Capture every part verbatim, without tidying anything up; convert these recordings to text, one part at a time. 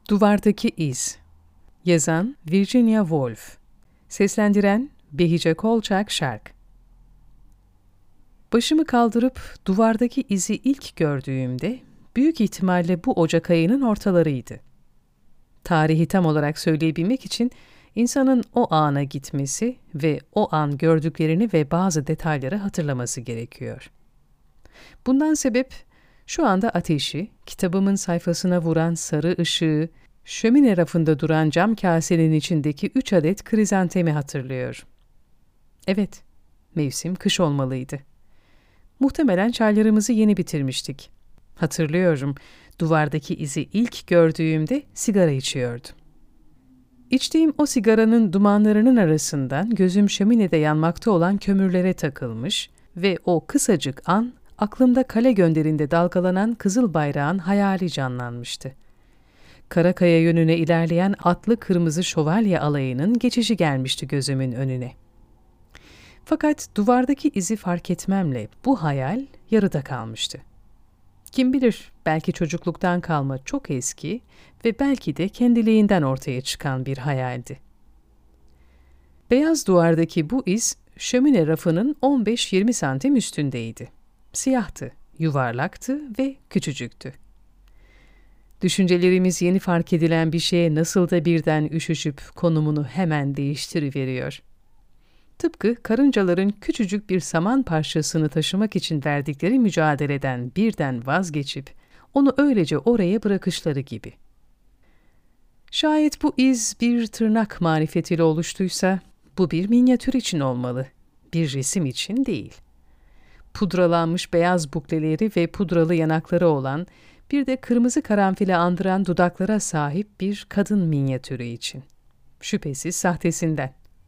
Duvardaki İz. Yazan Virginia Woolf. Seslendiren Behice Kolçak Şark. Başımı kaldırıp duvardaki izi ilk gördüğümde büyük ihtimalle bu Ocak ayının ortalarıydı. Tarihi tam olarak söyleyebilmek için insanın o ana gitmesi ve o an gördüklerini ve bazı detayları hatırlaması gerekiyor. Bundan sebep şu anda ateşi, kitabımın sayfasına vuran sarı ışığı, şömine rafında duran cam kasenin içindeki üç adet krizantemi hatırlıyor. Evet, mevsim kış olmalıydı. Muhtemelen çaylarımızı yeni bitirmiştik. Hatırlıyorum, duvardaki izi ilk gördüğümde sigara içiyordum. İçtiğim o sigaranın dumanlarının arasından gözüm şöminede yanmakta olan kömürlere takılmış ve o kısacık an aklımda kale gönderinde dalgalanan kızıl bayrağın hayali canlanmıştı. Karakaya yönüne ilerleyen atlı kırmızı şövalye alayının geçişi gelmişti gözümün önüne. Fakat duvardaki izi fark etmemle bu hayal yarıda kalmıştı. Kim bilir, belki çocukluktan kalma çok eski ve belki de kendiliğinden ortaya çıkan bir hayaldi. Beyaz duvardaki bu iz, şömine rafının on beş yirmi santim üstündeydi. Siyahtı, yuvarlaktı ve küçücüktü. Düşüncelerimiz yeni fark edilen bir şeye nasıl da birden üşüşüp konumunu hemen değiştiriveriyor. Tıpkı karıncaların küçücük bir saman parçasını taşımak için verdikleri mücadeleden birden vazgeçip onu öylece oraya bırakışları gibi. Şayet bu iz bir tırnak marifetiyle oluştuysa, bu bir minyatür için olmalı, bir resim için değil. Pudralanmış beyaz bukleleri ve pudralı yanakları olan, bir de kırmızı karanfili andıran dudaklara sahip bir kadın minyatürü için. Şüphesiz sahtesinden.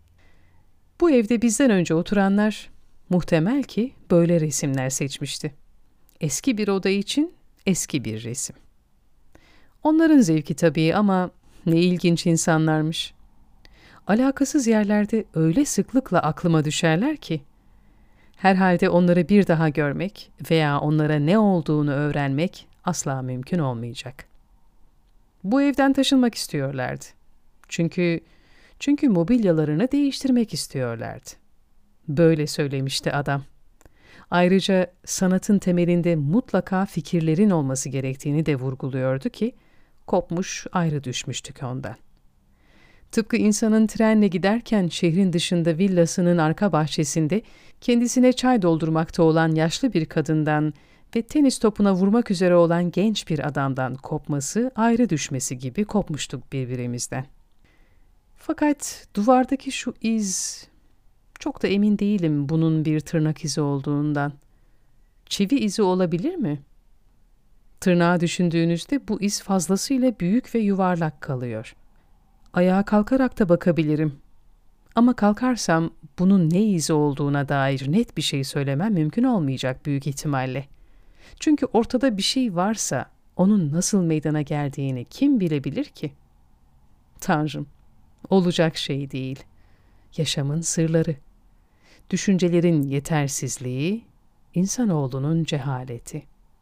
Bu evde bizden önce oturanlar, muhtemel ki böyle resimler seçmişti. Eski bir oda için eski bir resim. Onların zevki tabii ama ne ilginç insanlarmış. Alakasız yerlerde öyle sıklıkla aklıma düşerler ki, herhalde onları bir daha görmek veya onlara ne olduğunu öğrenmek asla mümkün olmayacak. Bu evden taşınmak istiyorlardı. Çünkü çünkü mobilyalarını değiştirmek istiyorlardı. Böyle söylemişti adam. Ayrıca sanatın temelinde mutlaka fikirlerin olması gerektiğini de vurguluyordu ki, kopmuş ayrı düşmüştük ondan. Tıpkı insanın trenle giderken şehrin dışında villasının arka bahçesinde kendisine çay doldurmakta olan yaşlı bir kadından ve tenis topuna vurmak üzere olan genç bir adamdan kopması, ayrı düşmesi gibi kopmuştuk birbirimizden. Fakat duvardaki şu iz, çok da emin değilim bunun bir tırnak izi olduğundan. Çivi izi olabilir mi? Tırnağı düşündüğünüzde bu iz fazlasıyla büyük ve yuvarlak kalıyor. Ayağa kalkarak da bakabilirim. Ama kalkarsam bunun ne izi olduğuna dair net bir şey söylemem mümkün olmayacak büyük ihtimalle. Çünkü ortada bir şey varsa onun nasıl meydana geldiğini kim bilebilir ki? Tanrım, olacak şey değil. Yaşamın sırları, düşüncelerin yetersizliği, insanoğlunun cehaleti.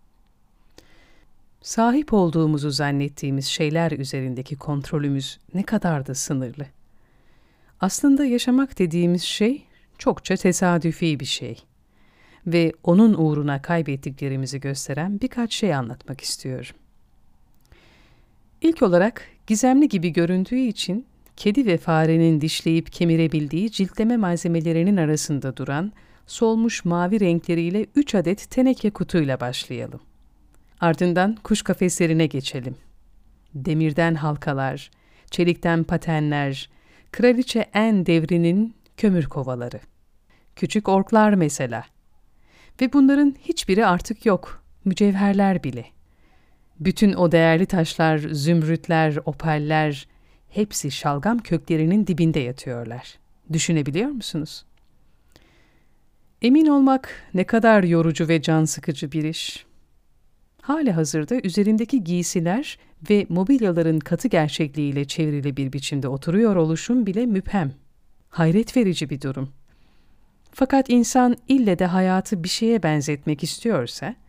Sahip olduğumuzu zannettiğimiz şeyler üzerindeki kontrolümüz ne kadar da sınırlı. Aslında yaşamak dediğimiz şey çokça tesadüfi bir şey. Ve onun uğruna kaybettiklerimizi gösteren birkaç şey anlatmak istiyorum. İlk olarak gizemli gibi göründüğü için kedi ve farenin dişleyip kemirebildiği ciltleme malzemelerinin arasında duran solmuş mavi renkleriyle üç adet teneke kutuyla başlayalım. Ardından kuş kafeslerine geçelim. Demirden halkalar, çelikten patenler, Kraliçe En devrinin kömür kovaları. Küçük orklar mesela. Ve bunların hiçbiri artık yok, mücevherler bile. Bütün o değerli taşlar, zümrütler, opaller, hepsi şalgam köklerinin dibinde yatıyorlar. Düşünebiliyor musunuz? Emin olmak ne kadar yorucu ve can sıkıcı bir iş. Halihazırda üzerimdeki giysiler ve mobilyaların katı gerçekliğiyle çevrili bir biçimde oturuyor oluşum bile müphem. Hayret verici bir durum. Fakat insan ille de hayatı bir şeye benzetmek istiyorsa,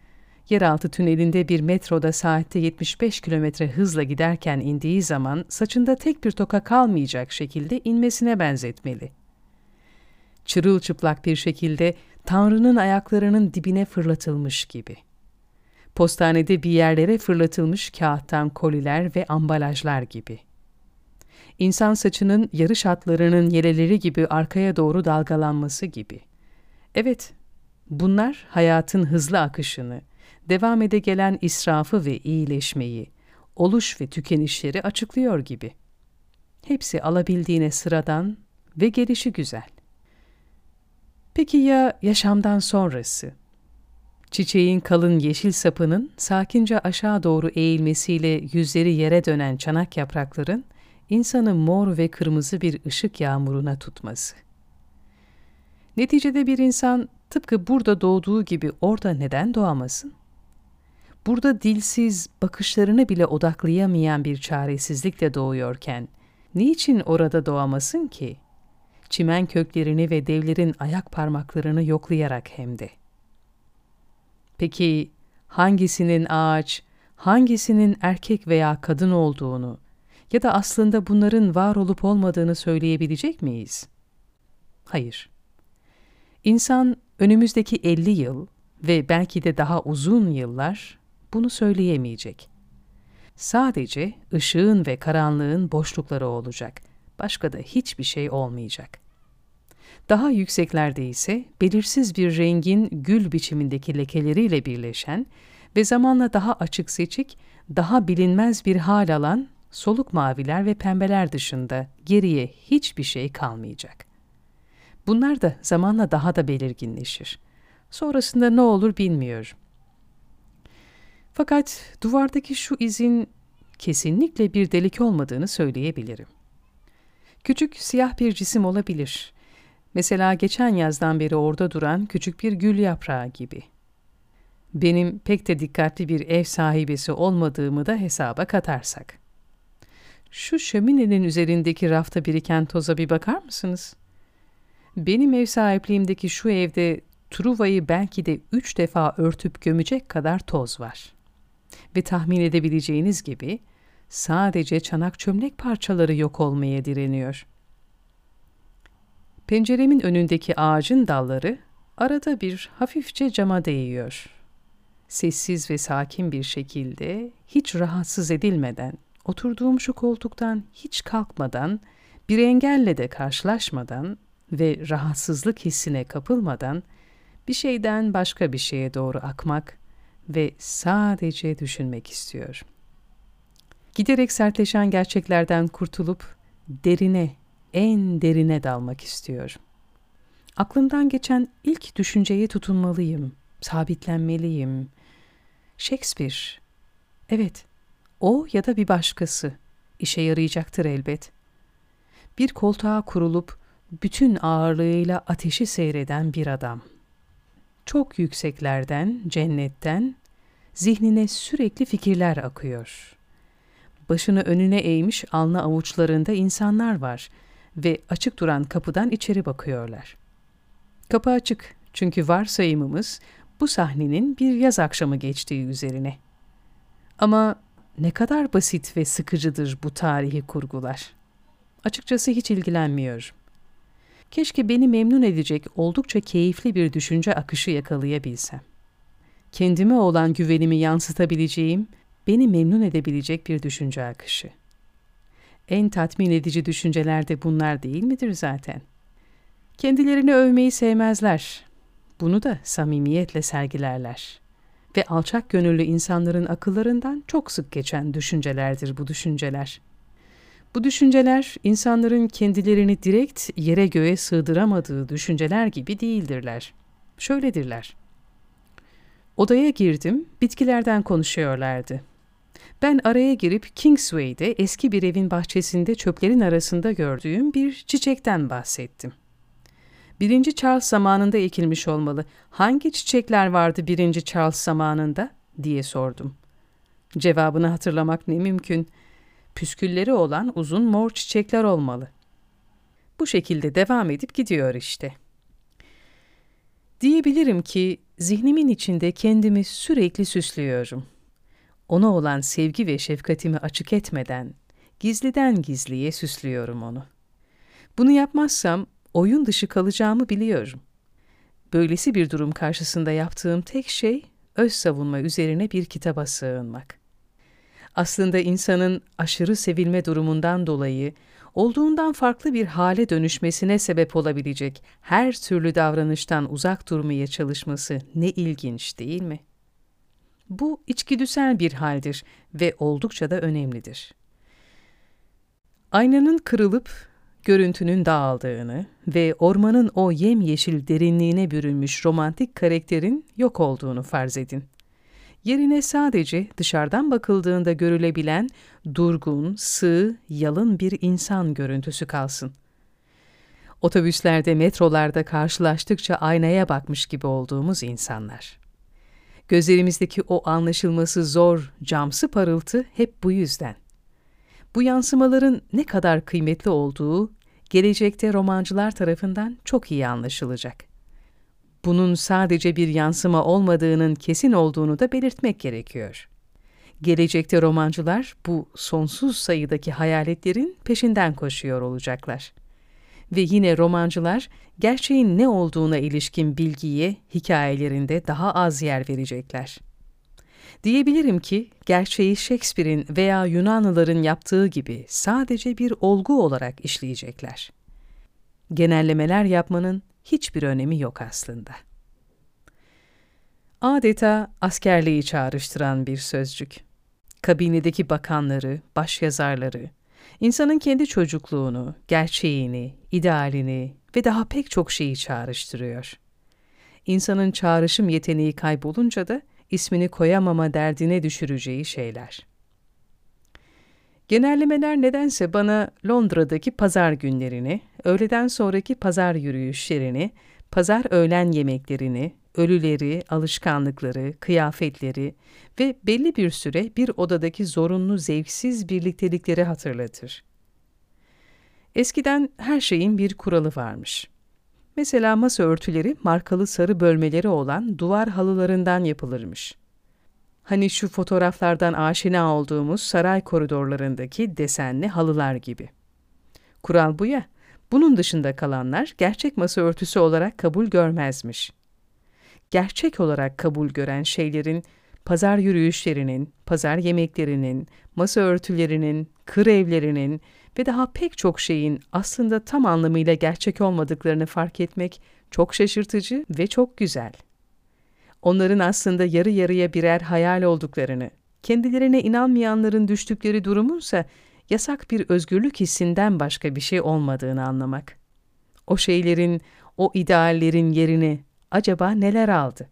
Yeraltı tünelinde bir metroda saatte yetmiş beş kilometre hızla giderken indiği zaman saçında tek bir toka kalmayacak şekilde inmesine benzetmeli. Çırılçıplak bir şekilde Tanrı'nın ayaklarının dibine fırlatılmış gibi. Postanede bir yerlere fırlatılmış kağıttan koliler ve ambalajlar gibi. İnsan saçının yarış atlarının yeleleri gibi arkaya doğru dalgalanması gibi. Evet, bunlar hayatın hızlı akışını, devam ede gelen israfı ve iyileşmeyi, oluş ve tükenişleri açıklıyor gibi. Hepsi alabildiğine sıradan ve gelişi güzel. Peki ya yaşamdan sonrası? Çiçeğin kalın yeşil sapının sakince aşağı doğru eğilmesiyle yüzleri yere dönen çanak yaprakların insanı mor ve kırmızı bir ışık yağmuruna tutması. Neticede bir insan tıpkı burada doğduğu gibi orada neden doğamasın? Burada dilsiz, bakışlarını bile odaklayamayan bir çaresizlikle doğuyorken, niçin orada doğamasın ki? Çimen köklerini ve devlerin ayak parmaklarını yoklayarak hem de. Peki hangisinin ağaç, hangisinin erkek veya kadın olduğunu ya da aslında bunların var olup olmadığını söyleyebilecek miyiz? Hayır. İnsan önümüzdeki elli yıl ve belki de daha uzun yıllar bunu söyleyemeyecek. Sadece ışığın ve karanlığın boşlukları olacak. Başka da hiçbir şey olmayacak. Daha yükseklerde ise belirsiz bir rengin gül biçimindeki lekeleriyle birleşen ve zamanla daha açık seçik, daha bilinmez bir hal alan soluk maviler ve pembeler dışında geriye hiçbir şey kalmayacak. Bunlar da zamanla daha da belirginleşir. Sonrasında ne olur bilmiyorum. Fakat duvardaki şu izin kesinlikle bir delik olmadığını söyleyebilirim. Küçük siyah bir cisim olabilir. Mesela geçen yazdan beri orada duran küçük bir gül yaprağı gibi. Benim pek de dikkatli bir ev sahibesi olmadığımı da hesaba katarsak. Şu şöminenin üzerindeki rafta biriken toza bir bakar mısınız? Benim ev sahipliğimdeki şu evde Truva'yı belki de üç defa örtüp gömecek kadar toz var. Ve tahmin edebileceğiniz gibi sadece çanak çömlek parçaları yok olmaya direniyor. Penceremin önündeki ağacın dalları arada bir hafifçe cama değiyor. Sessiz ve sakin bir şekilde, hiç rahatsız edilmeden, oturduğum şu koltuktan hiç kalkmadan, bir engelle de karşılaşmadan ve rahatsızlık hissine kapılmadan bir şeyden başka bir şeye doğru akmak ve sadece düşünmek istiyor. Giderek sertleşen gerçeklerden kurtulup derine, en derine dalmak istiyor. Aklımdan geçen ilk düşünceye tutunmalıyım, sabitlenmeliyim. Shakespeare. Evet, o ya da bir başkası. İşe yarayacaktır elbet. Bir koltuğa kurulup bütün ağırlığıyla ateşi seyreden bir adam. Çok yükseklerden, cennetten, zihnine sürekli fikirler akıyor. Başını önüne eğmiş alnı avuçlarında insanlar var ve açık duran kapıdan içeri bakıyorlar. Kapı açık çünkü varsayımımız bu sahnenin bir yaz akşamı geçtiği üzerine. Ama ne kadar basit ve sıkıcıdır bu tarihi kurgular. Açıkçası hiç ilgilenmiyorum. Keşke beni memnun edecek oldukça keyifli bir düşünce akışı yakalayabilsem. Kendime olan güvenimi yansıtabileceğim, beni memnun edebilecek bir düşünce akışı. En tatmin edici düşünceler de bunlar değil midir zaten? Kendilerini övmeyi sevmezler. Bunu da samimiyetle sergilerler. Ve alçak gönüllü insanların akıllarından çok sık geçen düşüncelerdir bu düşünceler. Bu düşünceler, insanların kendilerini direkt yere göğe sığdıramadığı düşünceler gibi değildirler. Şöyledirler. Odaya girdim, bitkilerden konuşuyorlardı. Ben araya girip Kingsway'de eski bir evin bahçesinde çöplerin arasında gördüğüm bir çiçekten bahsettim. Birinci Charles zamanında ekilmiş olmalı. Hangi çiçekler vardı birinci Charles zamanında? Diye sordum. Cevabını hatırlamak ne mümkün. Püskülleri olan uzun mor çiçekler olmalı. Bu şekilde devam edip gidiyor işte. Diyebilirim ki zihnimin içinde kendimi sürekli süslüyorum. Ona olan sevgi ve şefkatimi açık etmeden, gizliden gizliye süslüyorum onu. Bunu yapmazsam oyun dışı kalacağımı biliyorum. Böylesi bir durum karşısında yaptığım tek şey, öz savunma üzerine bir kitaba sığınmak. Aslında insanın aşırı sevilme durumundan dolayı, olduğundan farklı bir hale dönüşmesine sebep olabilecek her türlü davranıştan uzak durmaya çalışması ne ilginç değil mi? Bu içgüdüsel bir haldir ve oldukça da önemlidir. Aynanın kırılıp görüntünün dağıldığını ve ormanın o yemyeşil derinliğine bürünmüş romantik karakterin yok olduğunu farz edin. Yerine sadece dışarıdan bakıldığında görülebilen durgun, sığ, yalın bir insan görüntüsü kalsın. Otobüslerde, metrolarda karşılaştıkça aynaya bakmış gibi olduğumuz insanlar. Gözlerimizdeki o anlaşılması zor, camsı parıltı hep bu yüzden. Bu yansımaların ne kadar kıymetli olduğu, gelecekte romancılar tarafından çok iyi anlaşılacak. Bunun sadece bir yansıma olmadığının kesin olduğunu da belirtmek gerekiyor. Gelecekte romancılar bu sonsuz sayıdaki hayaletlerin peşinden koşuyor olacaklar. Ve yine romancılar gerçeğin ne olduğuna ilişkin bilgiye hikayelerinde daha az yer verecekler. Diyebilirim ki gerçeği Shakespeare'in veya Yunanlıların yaptığı gibi sadece bir olgu olarak işleyecekler. Genellemeler yapmanın hiçbir önemi yok aslında. Adeta askerliği çağrıştıran bir sözcük. Kabinedeki bakanları, başyazarları, insanın kendi çocukluğunu, gerçeğini, idealini ve daha pek çok şeyi çağrıştırıyor. İnsanın çağrışım yeteneği kaybolunca da ismini koyamama derdine düşüreceği şeyler. Genellemeler nedense bana Londra'daki pazar günlerini, öğleden sonraki pazar yürüyüşlerini, pazar öğlen yemeklerini, ölüleri, alışkanlıkları, kıyafetleri ve belli bir süre bir odadaki zorunlu zevksiz birliktelikleri hatırlatır. Eskiden her şeyin bir kuralı varmış. Mesela masa örtüleri markalı sarı bölmeleri olan duvar halılarından yapılırmış. Hani şu fotoğraflardan aşina olduğumuz saray koridorlarındaki desenli halılar gibi. Kural bu ya, bunun dışında kalanlar gerçek masa örtüsü olarak kabul görmezmiş. Gerçek olarak kabul gören şeylerin, pazar yürüyüşlerinin, pazar yemeklerinin, masa örtülerinin, kır evlerinin ve daha pek çok şeyin aslında tam anlamıyla gerçek olmadıklarını fark etmek çok şaşırtıcı ve çok güzel. Onların aslında yarı yarıya birer hayal olduklarını, kendilerine inanmayanların düştükleri durumunsa yasak bir özgürlük hissinden başka bir şey olmadığını anlamak. O şeylerin, o ideallerin yerini acaba neler aldı?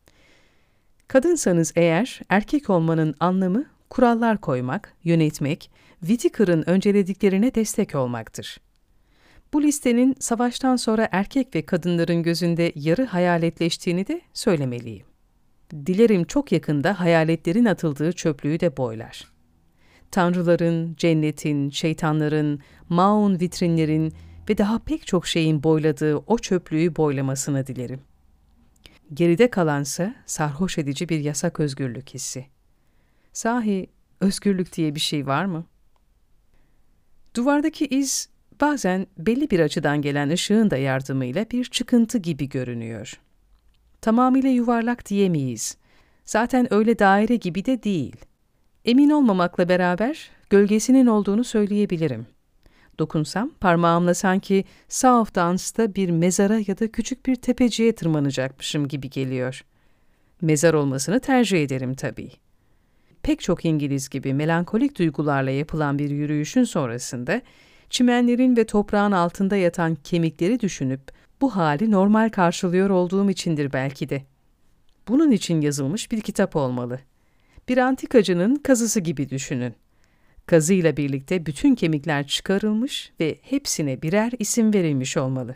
Kadınsanız eğer, erkek olmanın anlamı kurallar koymak, yönetmek, Whittaker'ın öncelediklerine destek olmaktır. Bu listenin savaştan sonra erkek ve kadınların gözünde yarı hayaletleştiğini de söylemeliyim. Dilerim çok yakında hayaletlerin atıldığı çöplüğü de boylar. Tanrıların, cennetin, şeytanların, maun vitrinlerin ve daha pek çok şeyin boyladığı o çöplüğü boylamasını dilerim. Geride kalansa sarhoş edici bir yasak özgürlük hissi. Sahi özgürlük diye bir şey var mı? Duvardaki iz bazen belli bir açıdan gelen ışığın da yardımıyla bir çıkıntı gibi görünüyor. Tamamıyla yuvarlak diyemeyiz. Zaten öyle daire gibi de değil. Emin olmamakla beraber gölgesinin olduğunu söyleyebilirim. Dokunsam parmağımla sanki Southdowns'ta bir mezara ya da küçük bir tepeciye tırmanacakmışım gibi geliyor. Mezar olmasını tercih ederim tabii. Pek çok İngiliz gibi melankolik duygularla yapılan bir yürüyüşün sonrasında çimenlerin ve toprağın altında yatan kemikleri düşünüp bu hali normal karşılıyor olduğum içindir belki de. Bunun için yazılmış bir kitap olmalı. Bir antikacının kazısı gibi düşünün. Kazıyla birlikte bütün kemikler çıkarılmış ve hepsine birer isim verilmiş olmalı.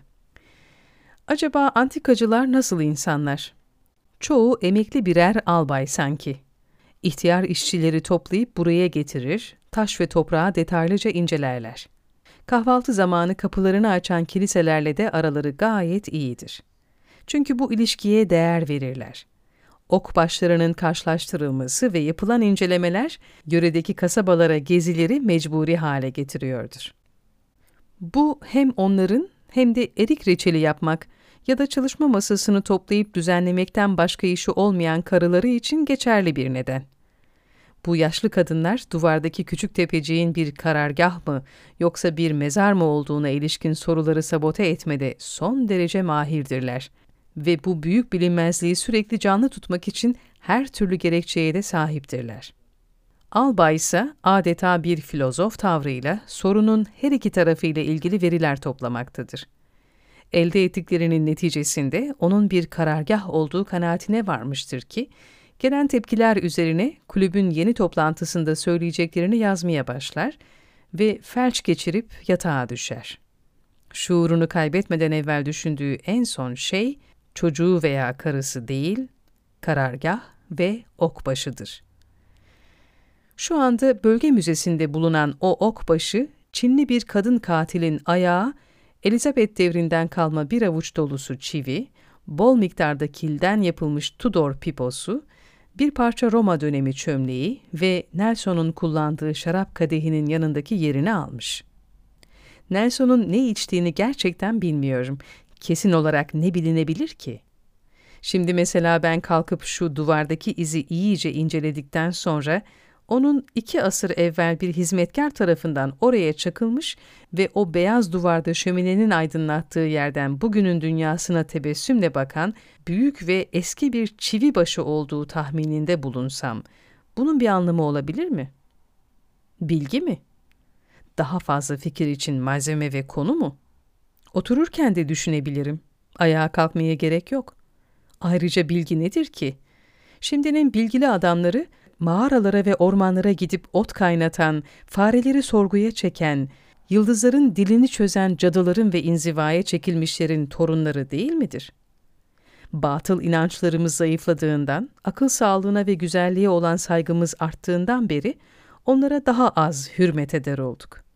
Acaba antikacılar nasıl insanlar? Çoğu emekli birer albay sanki. İhtiyar işçileri toplayıp buraya getirir, taş ve toprağı detaylıca incelerler. Kahvaltı zamanı kapılarını açan kiliselerle de araları gayet iyidir. Çünkü bu ilişkiye değer verirler. Ok başlarının karşılaştırılması ve yapılan incelemeler, yöredeki kasabalara gezileri mecburi hale getiriyordur. Bu hem onların hem de erik reçeli yapmak ya da çalışma masasını toplayıp düzenlemekten başka işi olmayan karıları için geçerli bir neden. Bu yaşlı kadınlar duvardaki küçük tepeciğin bir karargah mı yoksa bir mezar mı olduğuna ilişkin soruları sabote etmede son derece mahirdirler ve bu büyük bilinmezliği sürekli canlı tutmak için her türlü gerekçeye de sahiptirler. Albay ise adeta bir filozof tavrıyla sorunun her iki tarafıyla ilgili veriler toplamaktadır. Elde ettiklerinin neticesinde onun bir karargah olduğu kanaatine varmıştır ki, gelen tepkiler üzerine kulübün yeni toplantısında söyleyeceklerini yazmaya başlar ve felç geçirip yatağa düşer. Şuurunu kaybetmeden evvel düşündüğü en son şey, çocuğu veya karısı değil, karargah ve okbaşıdır. Şu anda bölge müzesinde bulunan o okbaşı, Çinli bir kadın katilin ayağı, Elizabeth devrinden kalma bir avuç dolusu çivi, bol miktarda kilden yapılmış Tudor piposu, bir parça Roma dönemi çömleği ve Nelson'un kullandığı şarap kadehinin yanındaki yerini almış. Nelson'un ne içtiğini gerçekten bilmiyorum. Kesin olarak ne bilinebilir ki? Şimdi mesela ben kalkıp şu duvardaki izi iyice inceledikten sonra, onun iki asır evvel bir hizmetkar tarafından oraya çakılmış ve o beyaz duvarda şöminenin aydınlattığı yerden bugünün dünyasına tebessümle bakan büyük ve eski bir çivi başı olduğu tahmininde bulunsam, bunun bir anlamı olabilir mi? Bilgi mi? Daha fazla fikir için malzeme ve konu mu? Otururken de düşünebilirim. Ayağa kalkmaya gerek yok. Ayrıca bilgi nedir ki? Şimdinin bilgili adamları, mağaralara ve ormanlara gidip ot kaynatan, fareleri sorguya çeken, yıldızların dilini çözen cadıların ve inzivaya çekilmişlerin torunları değil midir? Batıl inançlarımız zayıfladığından, akıl sağlığına ve güzelliğe olan saygımız arttığından beri onlara daha az hürmet eder olduk.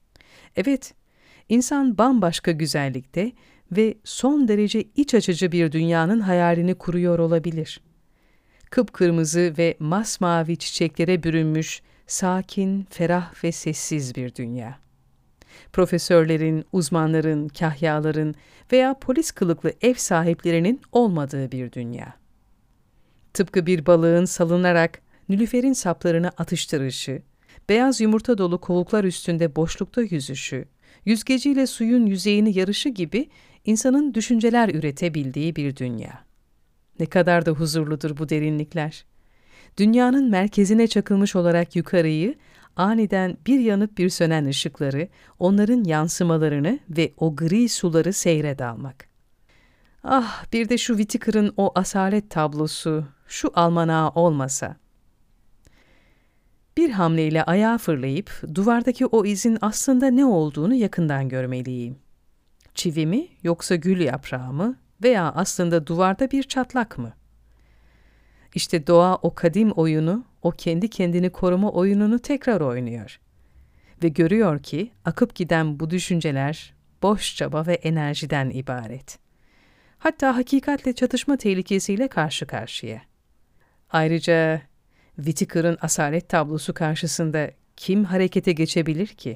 Evet, insan bambaşka güzellikte ve son derece iç açıcı bir dünyanın hayalini kuruyor olabilir. Kıpkırmızı ve masmavi çiçeklere bürünmüş, sakin, ferah ve sessiz bir dünya. Profesörlerin, uzmanların, kahyaların veya polis kılıklı ev sahiplerinin olmadığı bir dünya. Tıpkı bir balığın salınarak nilüferin saplarını atıştırışı, beyaz yumurta dolu kovuklar üstünde boşlukta yüzüşü, yüzgeciyle suyun yüzeyini yarışı gibi insanın düşünceler üretebildiği bir dünya. Ne kadar da huzurludur bu derinlikler. Dünyanın merkezine çakılmış olarak yukarıyı, aniden bir yanıp bir sönen ışıkları, onların yansımalarını ve o gri suları seyre dalmak. Ah, bir de şu Whittaker'ın o asalet tablosu, şu almanağı olmasa. Bir hamleyle ayağa fırlayıp, duvardaki o izin aslında ne olduğunu yakından görmeliyim. Çivi mi, yoksa gül yaprağı mı? Veya aslında duvarda bir çatlak mı? İşte doğa o kadim oyunu, o kendi kendini koruma oyununu tekrar oynuyor. Ve görüyor ki akıp giden bu düşünceler boş çaba ve enerjiden ibaret. Hatta hakikatle çatışma tehlikesiyle karşı karşıya. Ayrıca Whittaker'ın asalet tablosu karşısında kim harekete geçebilir ki?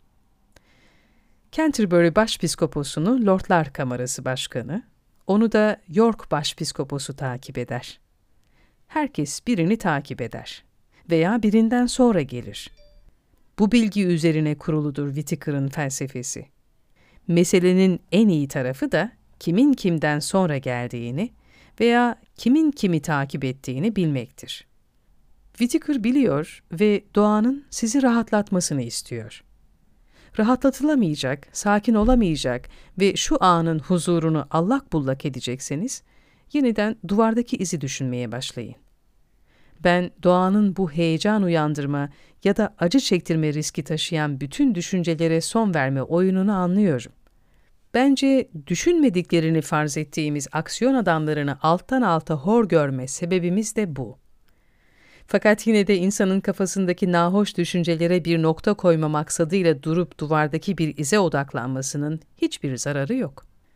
Canterbury Başpiskoposunu Lordlar Kamerası Başkanı, onu da York Başpiskoposu takip eder. Herkes birini takip eder veya birinden sonra gelir. Bu bilgi üzerine kuruludur Whittaker'ın felsefesi. Meselenin en iyi tarafı da kimin kimden sonra geldiğini veya kimin kimi takip ettiğini bilmektir. Whittaker biliyor ve doğanın sizi rahatlatmasını istiyor. Rahatlatılamayacak, sakin olamayacak ve şu anın huzurunu allak bullak edecekseniz, yeniden duvardaki izi düşünmeye başlayın. Ben doğanın bu heyecan uyandırma ya da acı çektirme riski taşıyan bütün düşüncelere son verme oyununu anlıyorum. Bence düşünmediklerini farz ettiğimiz aksiyon adamlarını alttan alta hor görme sebebimiz de bu. Fakat yine de insanın kafasındaki nahoş düşüncelere bir nokta koyma maksadıyla durup duvardaki bir ize odaklanmasının hiçbir zararı yok.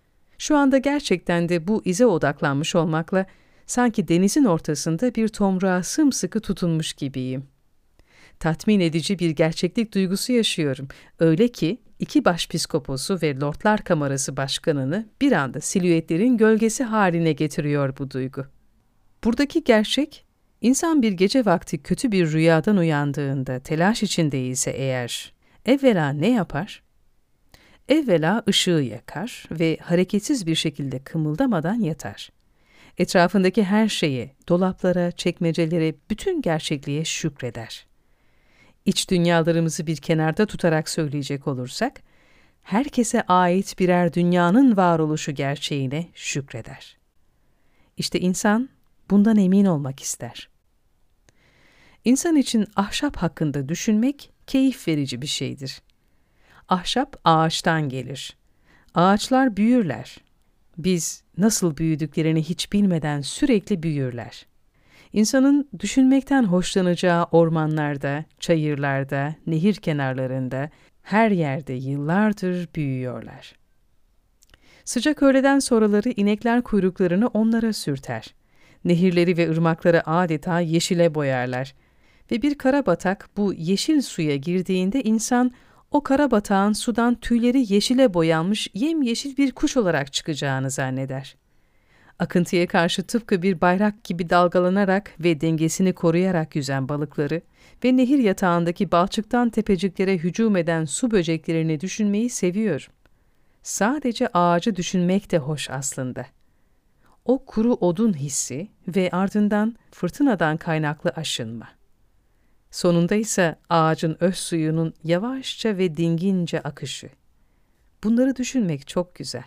Şu anda gerçekten de bu ize odaklanmış olmakla sanki denizin ortasında bir tomruğa sımsıkı tutunmuş gibiyim. Tatmin edici bir gerçeklik duygusu yaşıyorum. Öyle ki iki başpiskoposu ve Lordlar Kamerası Başkanı'nı bir anda silüetlerin gölgesi haline getiriyor bu duygu. Buradaki gerçek, insan bir gece vakti kötü bir rüyadan uyandığında telaş içindeyse eğer, evvela ne yapar? Evvela ışığı yakar ve hareketsiz bir şekilde kımıldamadan yatar. Etrafındaki her şeye, dolaplara, çekmecelere, bütün gerçekliğe şükreder. İç dünyalarımızı bir kenarda tutarak söyleyecek olursak, herkese ait birer dünyanın varoluşu gerçeğine şükreder. İşte insan bundan emin olmak ister. İnsan için ahşap hakkında düşünmek keyif verici bir şeydir. Ahşap ağaçtan gelir. Ağaçlar büyürler. Biz nasıl büyüdüklerini hiç bilmeden sürekli büyürler. İnsanın düşünmekten hoşlanacağı ormanlarda, çayırlarda, nehir kenarlarında, her yerde yıllardır büyüyorlar. Sıcak öğleden sonraları inekler kuyruklarını onlara sürter. Nehirleri ve ırmakları adeta yeşile boyarlar. Ve bir karabatak bu yeşil suya girdiğinde insan o karabatağın sudan tüyleri yeşile boyanmış yemyeşil bir kuş olarak çıkacağını zanneder. Akıntıya karşı tıpkı bir bayrak gibi dalgalanarak ve dengesini koruyarak yüzen balıkları ve nehir yatağındaki balçıktan tepeciklere hücum eden su böceklerini düşünmeyi seviyorum. Sadece ağacı düşünmek de hoş aslında. O kuru odun hissi ve ardından fırtınadan kaynaklı aşınma. Sonunda ise ağacın öz suyunun yavaşça ve dingince akışı. Bunları düşünmek çok güzel.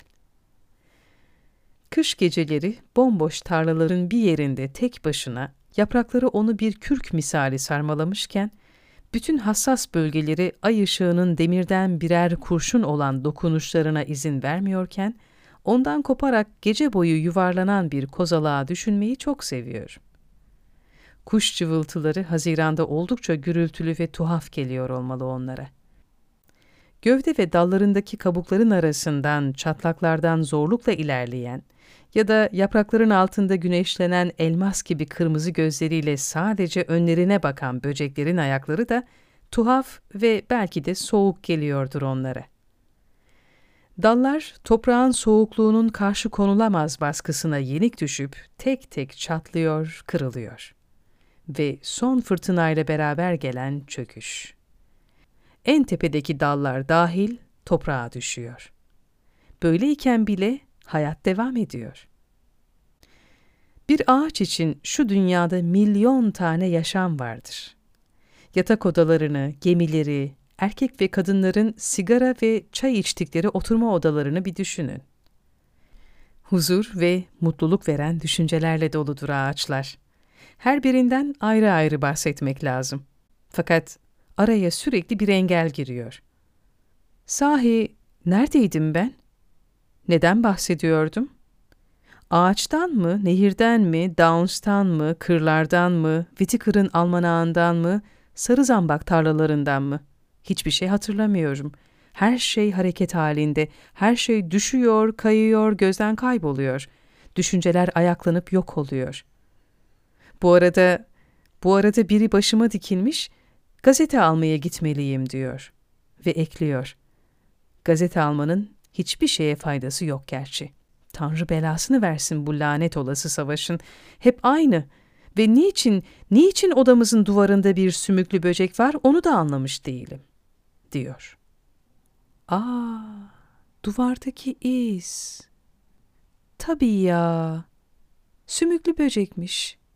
Kış geceleri bomboş tarlaların bir yerinde tek başına yaprakları onu bir kürk misali sarmalamışken, bütün hassas bölgeleri ay ışığının demirden birer kurşun olan dokunuşlarına izin vermiyorken, ondan koparak gece boyu yuvarlanan bir kozalağı düşünmeyi çok seviyorum. Kuş cıvıltıları Haziran'da oldukça gürültülü ve tuhaf geliyor olmalı onlara. Gövde ve dallarındaki kabukların arasından, çatlaklardan zorlukla ilerleyen ya da yaprakların altında güneşlenen elmas gibi kırmızı gözleriyle sadece önlerine bakan böceklerin ayakları da tuhaf ve belki de soğuk geliyordur onlara. Dallar, toprağın soğukluğunun karşı konulamaz baskısına yenik düşüp tek tek çatlıyor, kırılıyor. Ve son fırtınayla beraber gelen çöküş. En tepedeki dallar dahil toprağa düşüyor. Böyleyken bile hayat devam ediyor. Bir ağaç için şu dünyada milyon tane yaşam vardır. Yatak odalarını, gemileri, erkek ve kadınların sigara ve çay içtikleri oturma odalarını bir düşünün. Huzur ve mutluluk veren düşüncelerle doludur ağaçlar. Her birinden ayrı ayrı bahsetmek lazım. Fakat araya sürekli bir engel giriyor. Sahi neredeydim ben? Neden bahsediyordum? Ağaçtan mı, nehirden mi, Downs'tan mı, kırlardan mı, Whittaker'ın almanağından mı, sarı zambak tarlalarından mı? Hiçbir şey hatırlamıyorum. Her şey hareket halinde, her şey düşüyor, kayıyor, gözden kayboluyor. Düşünceler ayaklanıp yok oluyor. Bu arada, bu arada biri başıma dikilmiş, gazete almaya gitmeliyim diyor. Ve ekliyor. Gazete almanın hiçbir şeye faydası yok gerçi. Tanrı belasını versin bu lanet olası savaşın. Hep aynı. Ve niçin, niçin odamızın duvarında bir sümüklü böcek var onu da anlamış değilim, diyor. Aa, duvardaki iz. Tabii ya. Sümüklü böcekmiş.